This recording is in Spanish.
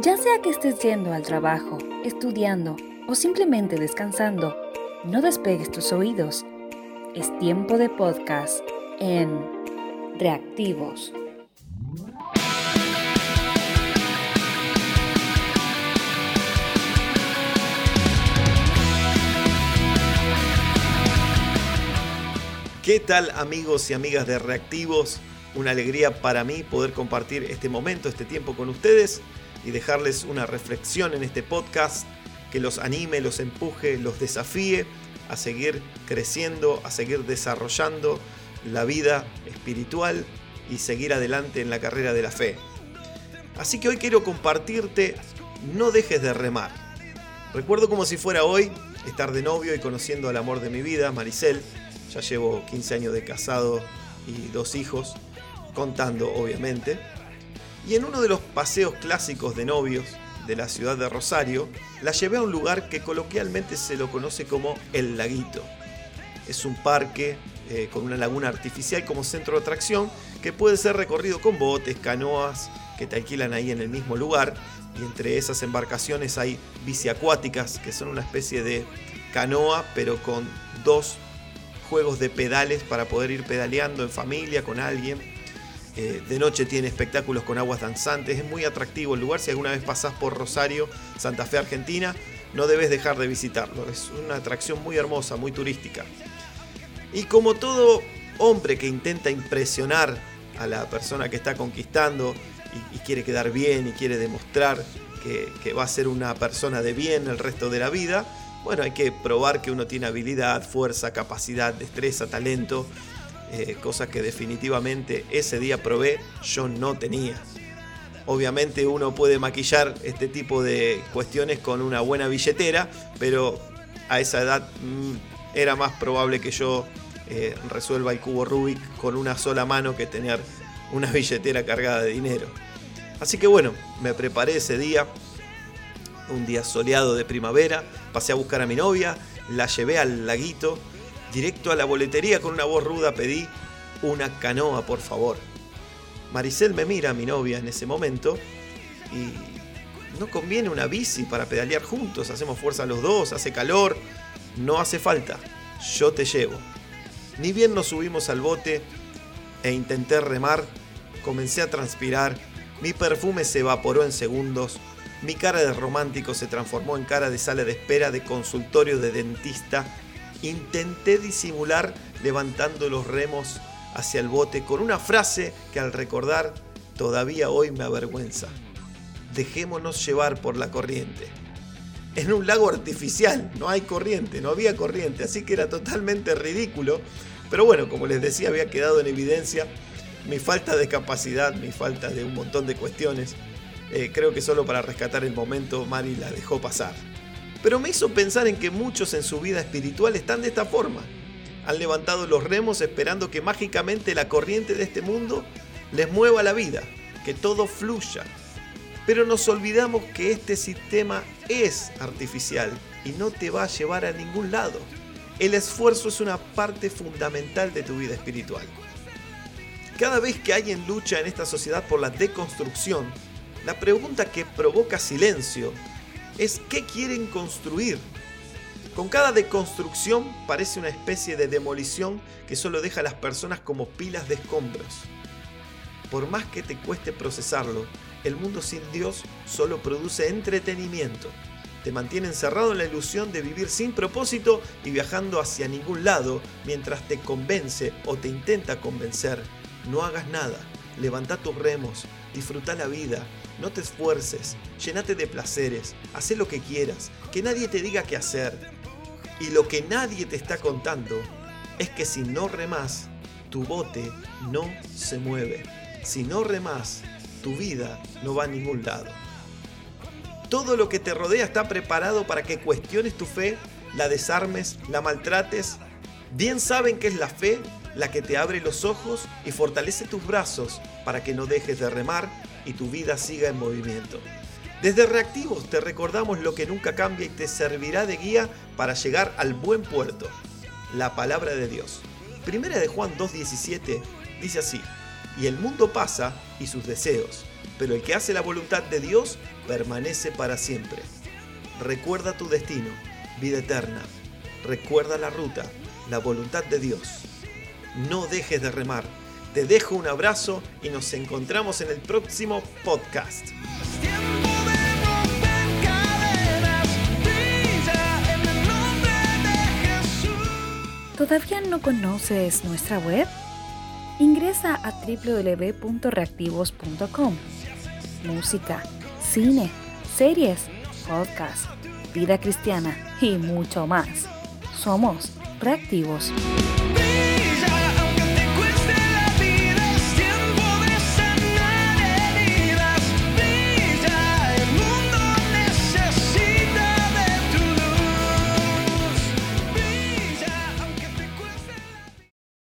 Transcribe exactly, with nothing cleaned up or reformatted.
Ya sea que estés yendo al trabajo, estudiando o simplemente descansando, no despegues tus oídos. Es tiempo de podcast en Reactivos. ¿Qué tal, amigos y amigas de Reactivos? Una alegría para mí poder compartir este momento, este tiempo con ustedes y dejarles una reflexión en este podcast que los anime, los empuje, los desafíe a seguir creciendo, a seguir desarrollando la vida espiritual y seguir adelante en la carrera de la fe. Así que hoy quiero compartirte, no dejes de remar. Recuerdo como si fuera hoy estar de novio y conociendo al amor de mi vida, Maricel. Ya llevo quince años de casado y dos hijos, contando obviamente. Y en uno de los paseos clásicos de novios de la ciudad de Rosario, la llevé a un lugar que coloquialmente se lo conoce como El Laguito. Es un parque eh, con una laguna artificial como centro de atracción que puede ser recorrido con botes, canoas que te alquilan ahí en el mismo lugar. Y entre esas embarcaciones hay biciacuáticas, que son una especie de canoa pero con dos juegos de pedales para poder ir pedaleando en familia con alguien. Eh, de noche tiene espectáculos con aguas danzantes. Es muy atractivo el lugar. Si alguna vez pasás por Rosario, Santa Fe, Argentina, no debes dejar de visitarlo. Es una atracción muy hermosa, muy turística. Y como todo hombre que intenta impresionar a la persona que está conquistando y, y quiere quedar bien y quiere demostrar que, que va a ser una persona de bien el resto de la vida, bueno, hay que probar que uno tiene habilidad, fuerza, capacidad, destreza, talento, eh, cosas que definitivamente ese día probé, yo no tenía. Obviamente uno puede maquillar este tipo de cuestiones con una buena billetera, pero a esa edad mmm, era más probable que yo eh, resuelva el cubo Rubik con una sola mano que tener una billetera cargada de dinero. Así que bueno, me preparé ese día. Un día soleado de primavera, pasé a buscar a mi novia, la llevé al laguito, directo a la boletería con una voz ruda pedí una canoa, por favor. Maricel me mira, mi novia, en ese momento, y no conviene una bici para pedalear juntos, hacemos fuerza los dos, hace calor, no hace falta, yo te llevo. Ni bien nos subimos al bote e intenté remar, comencé a transpirar, mi perfume se evaporó en segundos. Mi cara de romántico se transformó en cara de sala de espera de consultorio de dentista. Intenté disimular levantando los remos hacia el bote con una frase que al recordar todavía hoy me avergüenza. Dejémonos llevar por la corriente. En un lago artificial no hay corriente, no había corriente, así que era totalmente ridículo. Pero bueno, como les decía, había quedado en evidencia mi falta de capacidad, mi falta de un montón de cuestiones. Eh, creo que solo para rescatar el momento Mari la dejó pasar. Pero me hizo pensar en que muchos en su vida espiritual están de esta forma. Han levantado los remos esperando que mágicamente la corriente de este mundo les mueva la vida, que todo fluya. Pero nos olvidamos que este sistema es artificial y no te va a llevar a ningún lado. El esfuerzo es una parte fundamental de tu vida espiritual. Cada vez que alguien lucha en esta sociedad por la deconstrucción, la pregunta que provoca silencio es ¿qué quieren construir? Con cada deconstrucción parece una especie de demolición que solo deja a las personas como pilas de escombros. Por más que te cueste procesarlo, el mundo sin Dios solo produce entretenimiento. Te mantiene encerrado en la ilusión de vivir sin propósito y viajando hacia ningún lado mientras te convence o te intenta convencer. No hagas nada, levanta tus remos, disfruta la vida. No te esfuerces, llénate de placeres, haz lo que quieras, que nadie te diga qué hacer. Y lo que nadie te está contando es que si no remás, tu bote no se mueve. Si no remás, tu vida no va a ningún lado. Todo lo que te rodea está preparado para que cuestiones tu fe, la desarmes, la maltrates. Bien saben que es la fe la que te abre los ojos y fortalece tus brazos para que no dejes de remar y tu vida siga en movimiento. Desde Reactivos te recordamos lo que nunca cambia y te servirá de guía para llegar al buen puerto, la palabra de Dios. Primera de Juan dos diecisiete dice así: y el mundo pasa y sus deseos, pero el que hace la voluntad de Dios permanece para siempre. Recuerda tu destino, vida eterna. Recuerda la ruta, la voluntad de Dios. No dejes de remar. Te dejo un abrazo y nos encontramos en el próximo podcast. ¿Todavía no conoces nuestra web? Ingresa a doble u doble u doble u punto reactivos punto com. Música, cine, series, podcast, vida cristiana y mucho más. Somos Reactivos.